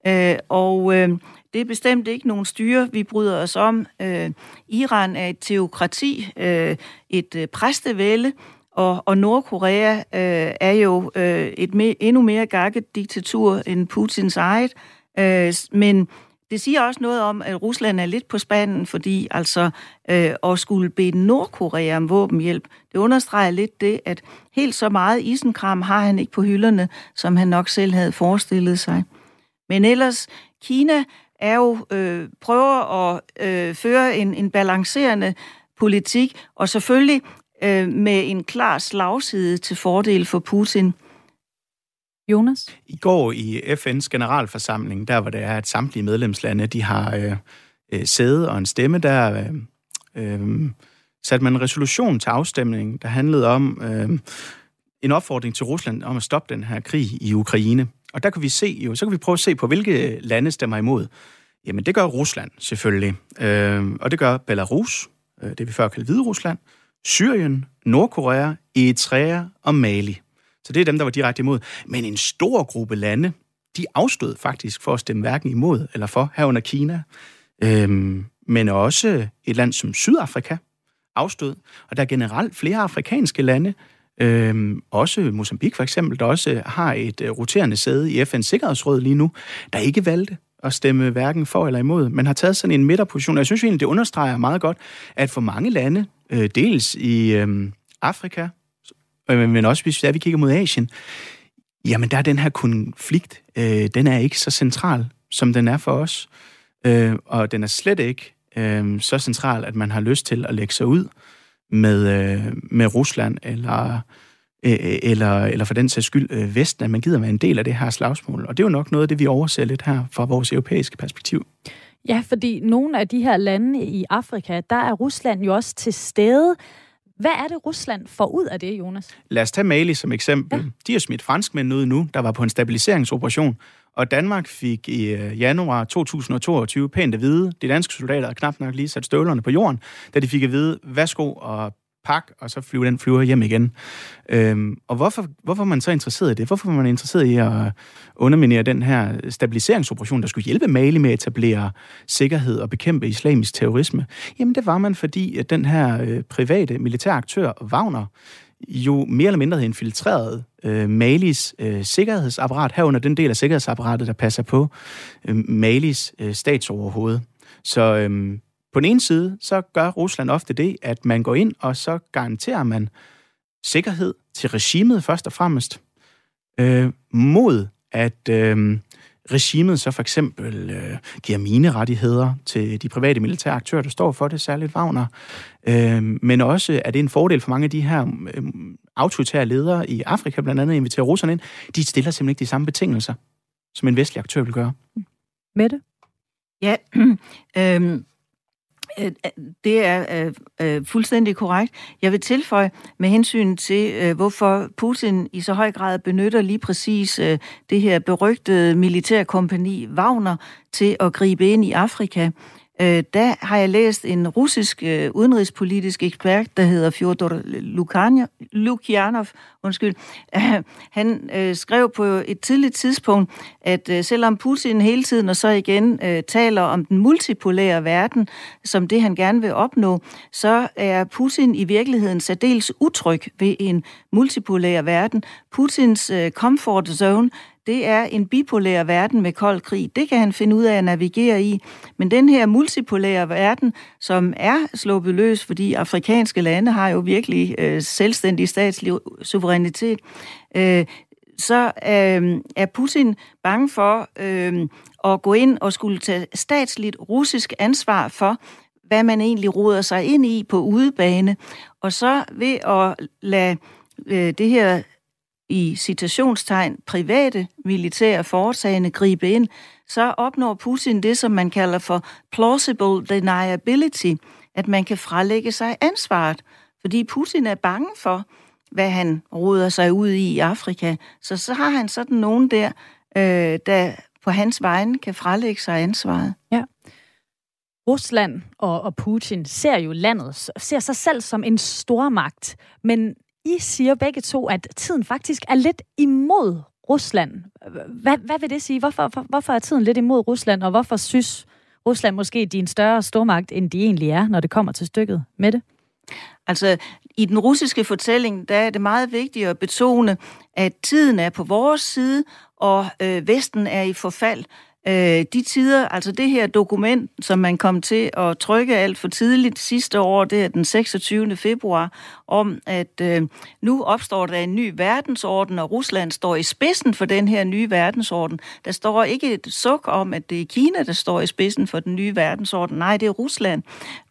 Det er bestemt ikke nogen styre, vi bryder os om. Iran er et teokrati, et præstevælde, og Nordkorea er jo et endnu mere gakket diktatur end Putins eget. Men det siger også noget om, at Rusland er lidt på spanden, fordi altså at skulle bede Nordkorea om våbenhjælp, det understreger lidt det, at helt så meget isenkram har han ikke på hylderne, som han nok selv havde forestillet sig. Men ellers, Kina er jo prøver at føre en balancerende politik, og selvfølgelig med en klar slagside til fordel for Putin. Jonas? I går i FN's generalforsamling, der hvor det er, at samtlige medlemslande, de har sæde og en stemme, der satte man en resolution til afstemning, der handlede om en opfordring til Rusland om at stoppe den her krig i Ukraine. Og der kan vi se, så kan vi prøve at se på, hvilke lande stemmer imod. Jamen, det gør Rusland selvfølgelig. Og det gør Belarus, det vi før kaldte Hviderusland, Syrien, Nordkorea, Eritrea og Mali. Så det er dem, der var direkte imod. Men en stor gruppe lande, de afstod faktisk for at stemme hverken imod eller for, herunder Kina. Men også et land som Sydafrika afstod. Og der er generelt flere afrikanske lande, også Mozambique for eksempel, der også har et roterende sæde i FN's Sikkerhedsråd lige nu, der ikke valgte at stemme hverken for eller imod. Man har taget sådan en midterposition, og jeg synes egentlig, det understreger meget godt, at for mange lande, dels i Afrika, men også hvis vi kigger mod Asien, jamen der er den her konflikt, den er ikke så central, som den er for os. Og den er slet ikke så central, at man har lyst til at lægge sig ud med Rusland, eller for den sags skyld Vesten, at man gider være en del af det her slagsmål. Og det er jo nok noget af det, vi overser lidt her fra vores europæiske perspektiv. Ja, fordi nogle af de her lande i Afrika, der er Rusland jo også til stede. Hvad er det, Rusland får ud af det, Jonas? Lad os tage Mali som eksempel. Ja. De har smidt franskmænd ud nu, der var på en stabiliseringsoperation, og Danmark fik i januar 2022 pænt at vide, de danske soldater havde knap nok lige sat støvlerne på jorden, da de fik at vide, værsgo og pak, og så flyver hjem igen. Og hvorfor er man så interesseret i det? Hvorfor er man interesseret i at underminere den her stabiliseringsoperation, der skulle hjælpe Mali med at etablere sikkerhed og bekæmpe islamisk terrorisme? Jamen det var man, fordi at den her private militæraktør, Wagner, jo mere eller mindre havde infiltreret Malis sikkerhedsapparat, herunder den del af sikkerhedsapparatet, der passer på Malis statsoverhoved. Så på den ene side, så gør Rusland ofte det, at man går ind, og så garanterer man sikkerhed til regimet først og fremmest, mod at regimet så for eksempel giver minerettigheder til de private militære aktører, der står for det, særligt Wagner. Men også er det en fordel for mange af de her autoritære ledere i Afrika, blandt andet inviterer russerne ind. De stiller simpelthen ikke de samme betingelser, som en vestlig aktør vil gøre. Mette? Ja, Det er fuldstændig korrekt. Jeg vil tilføje med hensyn til, hvorfor Putin i så høj grad benytter lige præcis det her berygtede militærkompagni Wagner til at gribe ind i Afrika. Der har jeg læst en russisk udenrigspolitisk ekspert, der hedder Fyodor Lukyanov. Han skrev på et tidligt tidspunkt, at selvom Putin hele tiden og så igen taler om den multipolære verden, som det han gerne vil opnå, så er Putin i virkeligheden særdeles utryg ved en multipolær verden. Putins comfort zone, det er en bipolær verden med kold krig. Det kan han finde ud af at navigere i. Men den her multipolære verden, som er sluppet løs, fordi afrikanske lande har jo virkelig selvstændig statslig suverænitet, så er Putin bange for at gå ind og skulle tage statsligt russisk ansvar for, hvad man egentlig roder sig ind i på udebane. Og så ved at lade det her i citationstegn private militære foretagende gribe ind, så opnår Putin det, som man kalder for plausible deniability, at man kan frelægge sig ansvaret, fordi Putin er bange for, hvad han roder sig ud i Afrika. Så har han sådan nogen der, der på hans vegne kan frelægge sig ansvaret. Ja. Rusland og Putin ser sig selv som en stormagt, men I siger begge to, at tiden faktisk er lidt imod Rusland. Hvad vil det sige? Hvorfor er tiden lidt imod Rusland, og hvorfor synes Rusland måske, de er en større stormagt, end de egentlig er, når det kommer til stykket med det? Altså, i den russiske fortælling, der er det meget vigtigt at betone, at tiden er på vores side, og Vesten er i forfald. De tider, altså det her dokument, som man kom til at trykke alt for tidligt sidste år, det er den 26. februar, om at nu opstår der en ny verdensorden, og Rusland står i spidsen for den her nye verdensorden. Der står ikke et suk om, at det er Kina, der står i spidsen for den nye verdensorden. Nej, det er Rusland.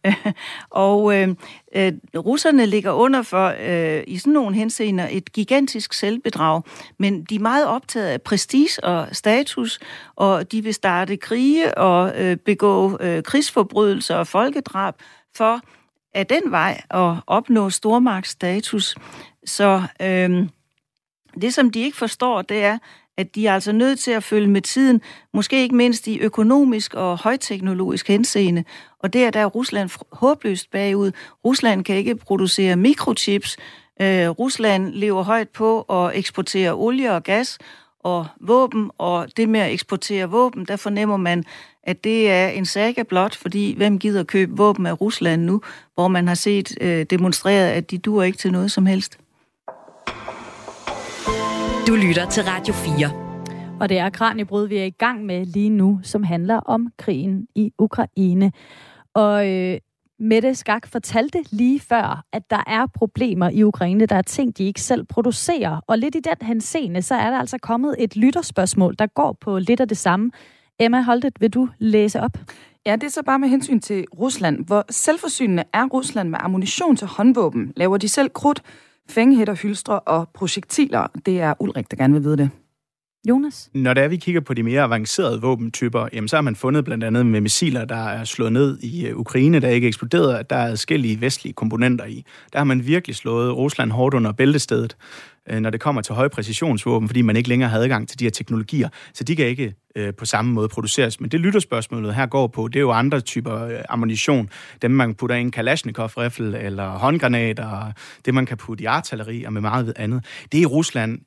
Russerne ligger under for i sådan nogle henseender et gigantisk selvbedrag, men de er meget optaget af prestige og status, og de vil starte krige og begå krigsforbrydelser og folkedrab for af den vej at opnå stormagtsstatus. Så det, som de ikke forstår, det er, at de er altså nødt til at følge med tiden, måske ikke mindst i økonomisk og højteknologisk henseende. Og der er Rusland håbløst bagud. Rusland kan ikke producere mikrochips. Rusland lever højt på at eksportere olie og gas og våben, og det med at eksportere våben, der fornemmer man, at det er en saga blot, fordi hvem gider købe våben af Rusland nu, hvor man har set demonstreret, at de duer ikke til noget som helst. Du lytter til Radio 4. Og det er Kraniebrud, vi er i gang med lige nu, som handler om krigen i Ukraine. Og Mette Skak fortalte lige før, at der er problemer i Ukraine. Der er ting, de ikke selv producerer. Og lidt i den henseende, så er der altså kommet et lytterspørgsmål, der går på lidt af det samme. Emma Holtet, vil du læse op? Ja, det er så bare med hensyn til Rusland. Hvor selvforsynende er Rusland med ammunition til håndvåben? Laver de selv krudt, fængehætter, hylstre og projektiler? Det er Ulrik, der gerne vil vide det. Jonas? Når vi kigger på de mere avancerede våbentyper, jamen, så har man fundet blandt andet med missiler, der er slået ned i Ukraine, der ikke eksploderede, at der er forskellige vestlige komponenter i. Der har man virkelig slået Rusland hårdt under bæltestedet, når det kommer til højpræcisionsvåben, fordi man ikke længere havde adgang til de her teknologier. Så de kan ikke på samme måde produceres. Men det lytterspørgsmålet her går på, det er jo andre typer ammunition. Dem man putter i en Kalashnikov-riffel eller håndgranater, det man kan putte i artilleri og med meget andet. Det er Rusland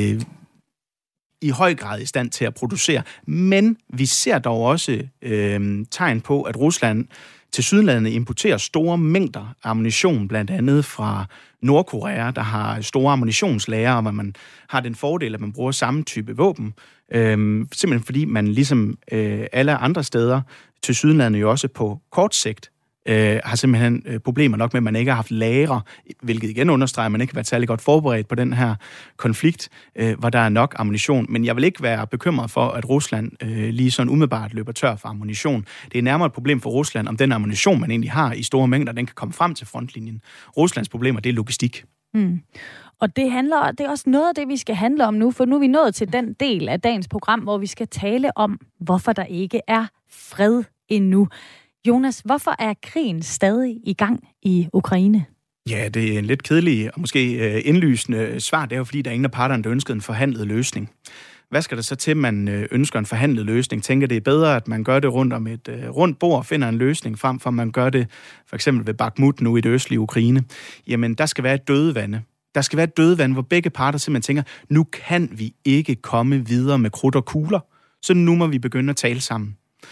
i høj grad i stand til at producere. Men vi ser dog også tegn på, at Rusland tilsyneladende importerer store mængder ammunition, blandt andet fra Nordkorea, der har store ammunitionslager, hvor man har den fordel, at man bruger samme type våben. Simpelthen fordi man ligesom alle andre steder, tilsyneladende jo også på kort sigt, har simpelthen problemer nok med, at man ikke har haft lagre, hvilket igen understreger, at man ikke har været særlig godt forberedt på den her konflikt, hvor der er nok ammunition. Men jeg vil ikke være bekymret for, at Rusland lige sådan umiddelbart løber tør for ammunition. Det er nærmere et problem for Rusland, om den ammunition, man egentlig har i store mængder, den kan komme frem til frontlinjen. Ruslands problemer, det er logistik. Og det er også noget af det, vi skal handle om nu, for nu er vi nået til den del af dagens program, hvor vi skal tale om, hvorfor der ikke er fred endnu. Jonas, hvorfor er krigen stadig i gang i Ukraine? Ja, det er en lidt kedelig og måske indlysende svar. Det er jo fordi, der er ingen af parterne, der ønskede en forhandlet løsning. Hvad skal der så til, man ønsker en forhandlet løsning? Tænker, det er bedre, at man gør det rundt om et rundt bord og finder en løsning, frem for at man gør det for eksempel ved Bakhmut nu i det østlige Ukraine. Jamen, der skal være et dødvande. Der skal være et dødvande, hvor begge parter simpelthen tænker, nu kan vi ikke komme videre med krudt og kugler, så nu må vi begynde at tale sammen.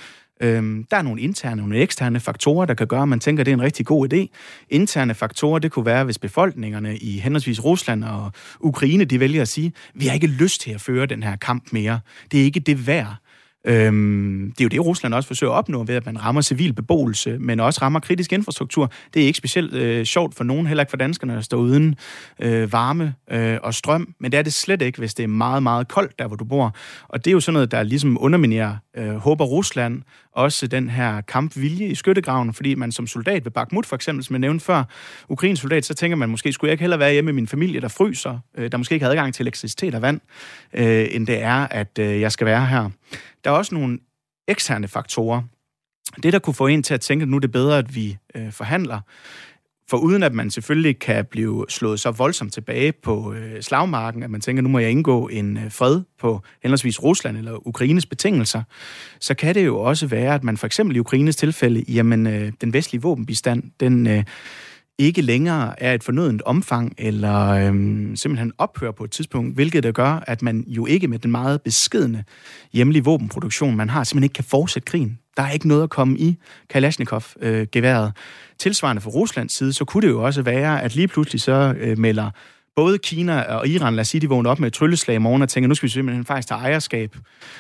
Der er nogle interne og nogle eksterne faktorer, der kan gøre, at man tænker, at det er en rigtig god idé. Interne faktorer, det kunne være, hvis befolkningerne i henholdsvis Rusland og Ukraine, de vælger at sige, vi har ikke lyst til at føre den her kamp mere. Det er ikke det værd. Det er jo det, Rusland også forsøger at opnå ved, at man rammer civil beboelse, men også rammer kritisk infrastruktur. Det er ikke specielt sjovt for nogen, heller ikke for danskerne, at stå uden varme og strøm, men det er det slet ikke, hvis det er meget, meget koldt, der hvor du bor. Og det er jo sådan noget, der ligesom underminerer, håber Rusland, også den her kampvilje i skyttegraven, fordi man som soldat ved Bakhmut for eksempel, som jeg nævnte før, ukrainsk soldat, så tænker man, måske skulle jeg ikke hellere være hjemme med min familie, der fryser, der måske ikke har adgang til elektricitet og vand, end det er, at jeg skal være her. Der er også nogle eksterne faktorer. Det, der kunne få en til at tænke, at nu er det bedre, at vi forhandler. For uden at man selvfølgelig kan blive slået så voldsomt tilbage på slagmarken, at man tænker, nu må jeg indgå en fred på henholdsvis Rusland eller Ukraines betingelser, så kan det jo også være, at man for eksempel i Ukraines tilfælde, jamen den vestlige våbenbistand, den ikke længere er et fornødent omfang, eller simpelthen ophører på et tidspunkt, hvilket der gør, at man jo ikke med den meget beskedne hjemlige våbenproduktion, man har, simpelthen ikke kan fortsætte krigen. Der er ikke noget at komme i Kalashnikov-geværet. Tilsvarende for Ruslands side, så kunne det jo også være, at lige pludselig så melder både Kina og Iran, lad os sige, de vågner op med et trylleslag i morgen og tænker, nu skal vi simpelthen faktisk tage ejerskab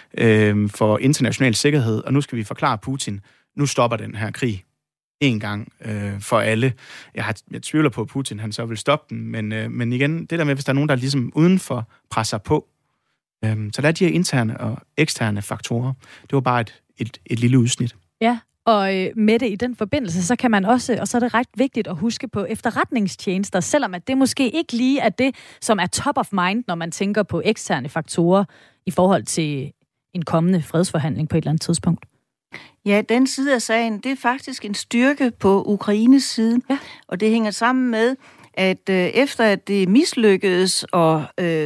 for international sikkerhed, og nu skal vi forklare Putin, nu stopper den her krig. En gang for alle. Jeg tvivler på, at Putin han så vil stoppe den, men igen, det der med, hvis der er nogen, der ligesom udenfor presser på, så der er de her interne og eksterne faktorer. Det var bare et lille udsnit. Ja, og med det i den forbindelse, så kan man også, og så er det ret vigtigt at huske på efterretningstjenester, selvom at det måske ikke lige er det, som er top of mind, når man tænker på eksterne faktorer i forhold til en kommende fredsforhandling på et eller andet tidspunkt. Ja, den side af sagen, det er faktisk en styrke på Ukraines side, ja. Og det hænger sammen med, at efter at det mislykkedes at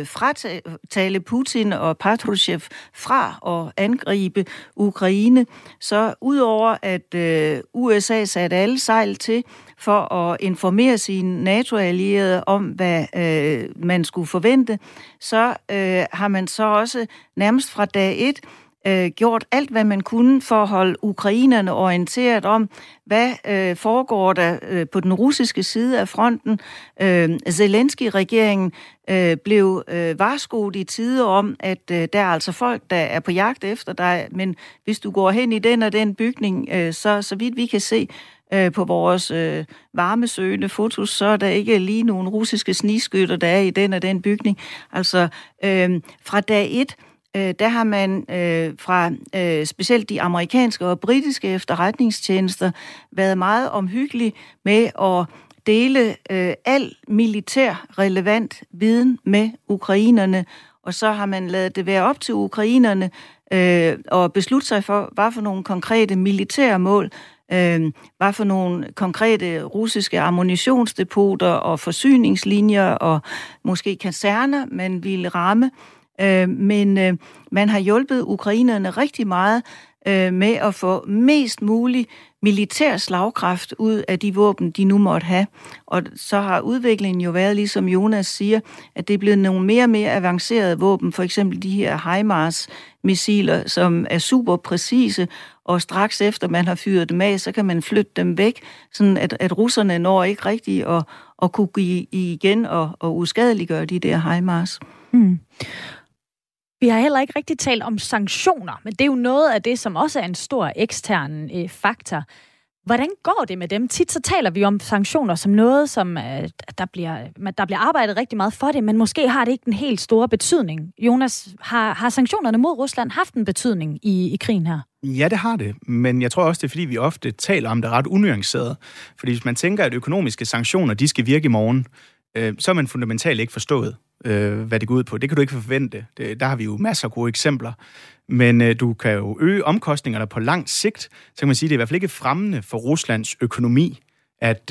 fratale Putin og Patrushev fra at angribe Ukraine, så udover at USA satte alle sejl til for at informere sine NATO-allierede om, hvad man skulle forvente, så har man så også nærmest fra dag 1 gjort alt, hvad man kunne for at holde ukrainerne orienteret om, hvad foregår der på den russiske side af fronten. Zelensky-regeringen blev varskoet i tide om, at der er altså folk, der er på jagt efter dig, men hvis du går hen i den og den bygning, så vidt vi kan se på vores varmesøgende fotos, så er der ikke lige nogen russiske snigskytter, der er i den og den bygning. Altså fra dag 1, der har man fra specielt de amerikanske og britiske efterretningstjenester været meget omhyggelig med at dele al militær relevant viden med ukrainerne, og så har man ladet det være op til ukrainerne og beslutte sig for, hvad for nogle konkrete militære mål, hvad for nogle konkrete russiske ammunitionsdepoter og forsyningslinjer og måske kaserner, man ville ramme. Men man har hjulpet ukrainerne rigtig meget med at få mest mulig militær slagkraft ud af de våben, de nu måtte have. Og så har udviklingen jo været, ligesom Jonas siger, at det er blevet nogle mere og mere avancerede våben, for eksempel de her HIMARS-missiler, som er super præcise, og straks efter man har fyret dem af, så kan man flytte dem væk, sådan at russerne når ikke rigtigt at kunne give igen og uskadeliggøre de der HIMARS. Vi har heller ikke rigtig talt om sanktioner, men det er jo noget af det, som også er en stor ekstern faktor. Hvordan går det med dem? Tit så taler vi om sanktioner som noget, som der bliver arbejdet rigtig meget for det, men måske har det ikke den helt store betydning. Jonas, har sanktionerne mod Rusland haft en betydning i krigen her? Ja, det har det, men jeg tror også, det er fordi, vi ofte taler om det ret unuanceret. Fordi hvis man tænker, at økonomiske sanktioner, de skal virke i morgen, så er man fundamentalt ikke forstået, hvad det går ud på. Det kan du ikke forvente. Der har vi jo masser af gode eksempler. Men du kan jo øge omkostningerne på lang sigt. Så kan man sige, at det er i hvert fald ikke fremmende for Ruslands økonomi, at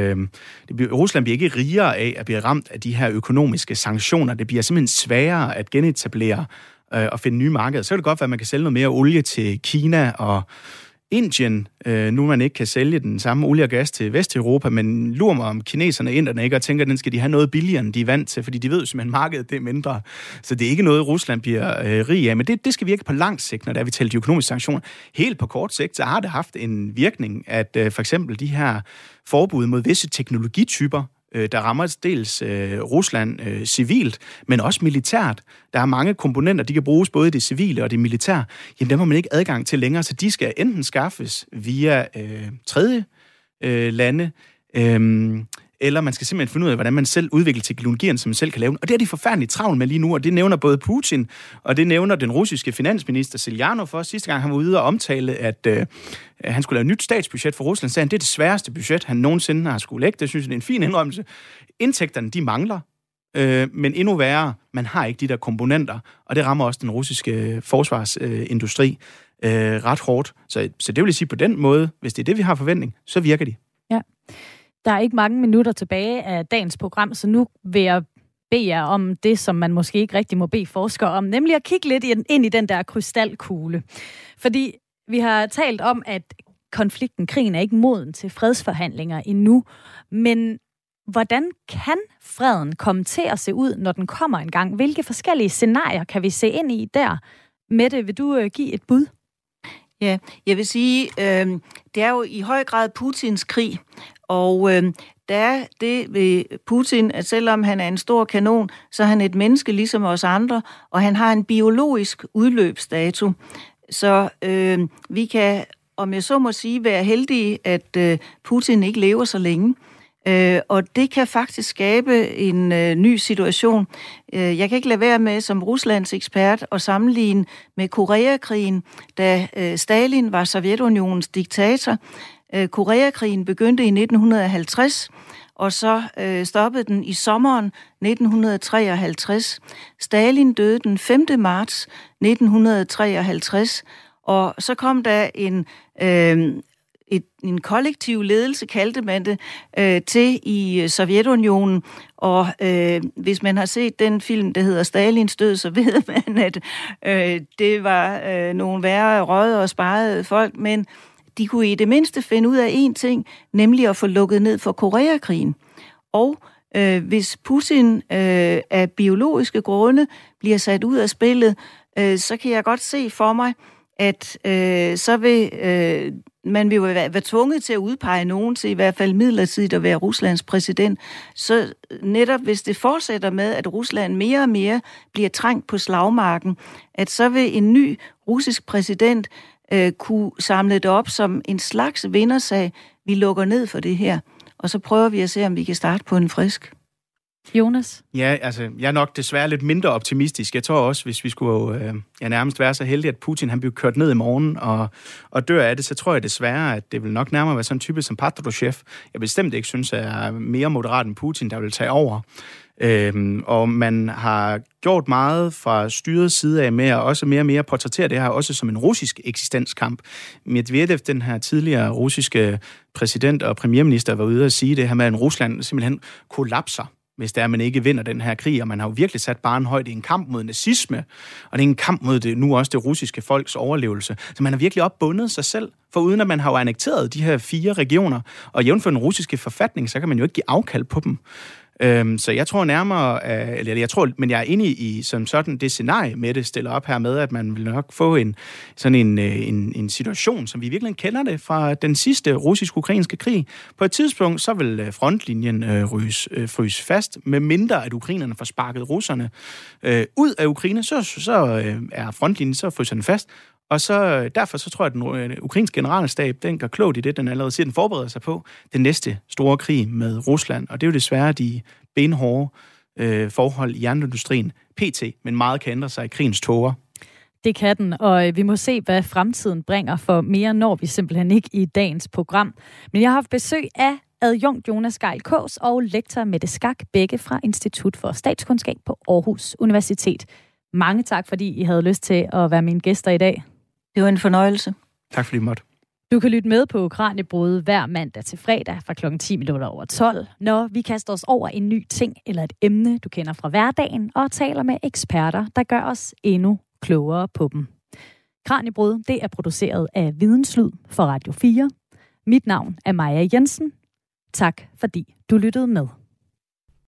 Rusland bliver ikke rigere af at blive ramt af de her økonomiske sanktioner. Det bliver simpelthen sværere at genetablere og finde nye markeder. Så kan det godt være, at man kan sælge noget mere olie til Kina og Indien. Nu man ikke kan sælge den samme olie og gas til Vesteuropa, men lurer mig om kineserne inderne ikke og tænker, at den skal de have noget billigere, end de er vant til, fordi de ved jo simpelthen, at markedet det er mindre. Så det er ikke noget, Rusland bliver rig af, men det skal virke på lang sigt, når vi taler de økonomiske sanktioner. Helt på kort sigt, så har det haft en virkning, at for eksempel de her forbud mod visse teknologityper, der rammer dels Rusland civilt, men også militært. Der er mange komponenter, de kan bruges både i det civile og det militære. Jamen, dem har man ikke adgang til længere, så de skal enten skaffes via tredje lande, eller man skal simpelthen finde ud af, hvordan man selv udvikler teknologien, som man selv kan lave. Og det er de forfærdeligt travlt med lige nu, og det nævner både Putin, og det nævner den russiske finansminister Zeljanov for. Sidste gang han var ude og omtale, at han skulle lave et nyt statsbudget for Rusland, sagde han, det er det sværeste budget, han nogensinde har skulle lægge. Det synes jeg, det er en fin indrømmelse. Indtægterne, de mangler, men endnu værre, man har ikke de der komponenter, og det rammer også den russiske forsvarsindustri ret hårdt. Så det vil jeg sige på den måde, hvis det er det, vi har forventning, så virker de. Ja. Der er ikke mange minutter tilbage af dagens program, så nu vil jeg bede jer om det, som man måske ikke rigtig må bede forskere om, nemlig at kigge lidt ind i den der krystalkugle. Fordi vi har talt om, at krigen er ikke moden til fredsforhandlinger endnu, men hvordan kan freden komme til at se ud, når den kommer engang? Hvilke forskellige scenarier kan vi se ind i der? Mette, vil du give et bud? Ja, jeg vil sige, det er jo i høj grad Putins krig, og der er det ved Putin, at selvom han er en stor kanon, så er han et menneske ligesom os andre, og han har en biologisk udløbsdato. Så vi kan, om jeg så må sige, være heldige, at Putin ikke lever så længe. Og det kan faktisk skabe en ny situation. Jeg kan ikke lade være med som Ruslands ekspert at sammenligne med Koreakrigen, da Stalin var Sovjetunionens diktator. Koreakrigen begyndte i 1950, og så stoppede den i sommeren 1953. Stalin døde den 5. marts 1953, og så kom der en kollektiv ledelse, kaldte man det, til i Sovjetunionen. Og hvis man har set den film, der hedder Stalins død, så ved man, at det var nogle værre røde og sparede folk, men de kunne i det mindste finde ud af én ting, nemlig at få lukket ned for Koreakrigen. Og hvis Putin af biologiske grunde bliver sat ud af spillet, så kan jeg godt se for mig, at så vil man vil være tvunget til at udpege nogen til i hvert fald midlertidigt at være Ruslands præsident. Så netop hvis det fortsætter med, at Rusland mere og mere bliver trængt på slagmarken, at så vil en ny russisk præsident kunne samle det op som en slags vindersag. Vi lukker ned for det her, og så prøver vi at se, om vi kan starte på en frisk. Jonas? Ja, altså, jeg er nok desværre lidt mindre optimistisk. Jeg tror også, hvis vi skulle nærmest være så heldige, at Putin han bliver kørt ned i morgen og dør af det, så tror jeg desværre, at det vil nok nærmere være sådan en type som Patrushev. Jeg bestemt ikke synes, at jeg er mere moderat end Putin, der vil tage over. Og man har gjort meget fra styrets side af med at også mere og mere portrættere det her også som en russisk eksistenskamp. Medvedev, den her tidligere russiske præsident og premierminister, var ude at sige det her med, at Rusland simpelthen kollapser, hvis det er, man ikke vinder den her krig, og man har jo virkelig sat barren højt i en kamp mod nazisme, og det er en kamp mod det, nu også det russiske folks overlevelse. Så man har virkelig opbundet sig selv, for uden at man har jo annekteret de her 4 regioner, og jævnfør den russiske forfatning, så kan man jo ikke give afkald på dem. Så jeg tror nærmere, men jeg er enig i sådan det scenarie med det stiller op her med, at man vil nok få en situation, som vi virkelig kender det fra den sidste russisk-ukrainske krig. På et tidspunkt, så vil frontlinjen fryse fast, med mindre at ukrainerne får sparket russerne ud af Ukraine, så er frontlinjen, så fryser den fast. Og så derfor så tror jeg, at den ukrainske generalstab, den gør klogt i det, den allerede siger, den forbereder sig på den næste store krig med Rusland. Og det er jo desværre de benhårde forhold i jernindustrien pt., men meget kan ændre sig i krigens tåger. Det kan den, og vi må se, hvad fremtiden bringer, for mere når vi simpelthen ikke i dagens program. Men jeg har haft besøg af adjunkt Jonas Gejl Kaas og lektor Mette Skak, begge fra Institut for Statskundskab på Aarhus Universitet. Mange tak, fordi I havde lyst til at være mine gæster i dag. Det var en fornøjelse. Tak fordi I måtte. Du kan lytte med på Kraniebrud hver mandag til fredag fra kl. 10:10, når vi kaster os over en ny ting eller et emne, du kender fra hverdagen, og taler med eksperter, der gør os endnu klogere på dem. Kraniebrud, det er produceret af Videnslyd for Radio 4. Mit navn er Maja Jensen. Tak fordi du lyttede med.